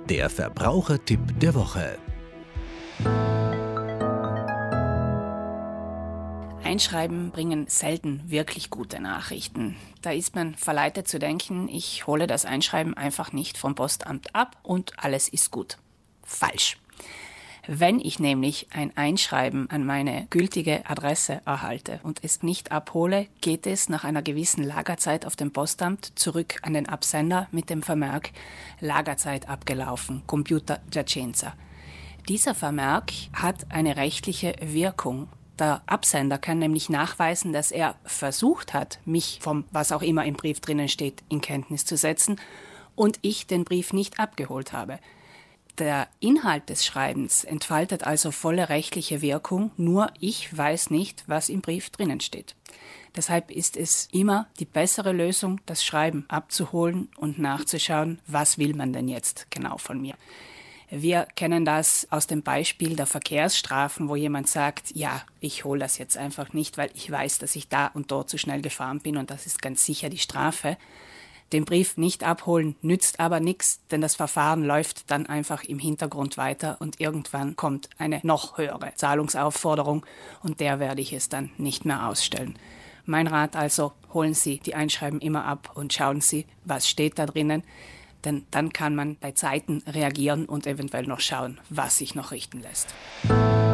Der Verbrauchertipp der Woche. Einschreiben bringen selten wirklich gute Nachrichten. Da ist man verleitet zu denken, ich hole das Einschreiben einfach nicht vom Postamt ab und alles ist gut. Falsch. Wenn ich nämlich ein Einschreiben an meine gültige Adresse erhalte und es nicht abhole, geht es nach einer gewissen Lagerzeit auf dem Postamt zurück an den Absender mit dem Vermerk Lagerzeit abgelaufen, Computer giacenza. Dieser Vermerk hat eine rechtliche Wirkung. Der Absender kann nämlich nachweisen, dass er versucht hat, mich vom, was auch immer im Brief drinnen steht, in Kenntnis zu setzen und ich den Brief nicht abgeholt habe. Der Inhalt des Schreibens entfaltet also volle rechtliche Wirkung, nur ich weiß nicht, was im Brief drinnen steht. Deshalb ist es immer die bessere Lösung, das Schreiben abzuholen und nachzuschauen, was will man denn jetzt genau von mir. Wir kennen das aus dem Beispiel der Verkehrsstrafen, wo jemand sagt, ja, ich hole das jetzt einfach nicht, weil ich weiß, dass ich da und dort zu schnell gefahren bin und das ist ganz sicher die Strafe. Den Brief nicht abholen nützt aber nichts, denn das Verfahren läuft dann einfach im Hintergrund weiter und irgendwann kommt eine noch höhere Zahlungsaufforderung und der werde ich es dann nicht mehr ausstellen. Mein Rat also, holen Sie die Einschreiben immer ab und schauen Sie, was steht da drinnen, denn dann kann man bei Zeiten reagieren und eventuell noch schauen, was sich noch richten lässt.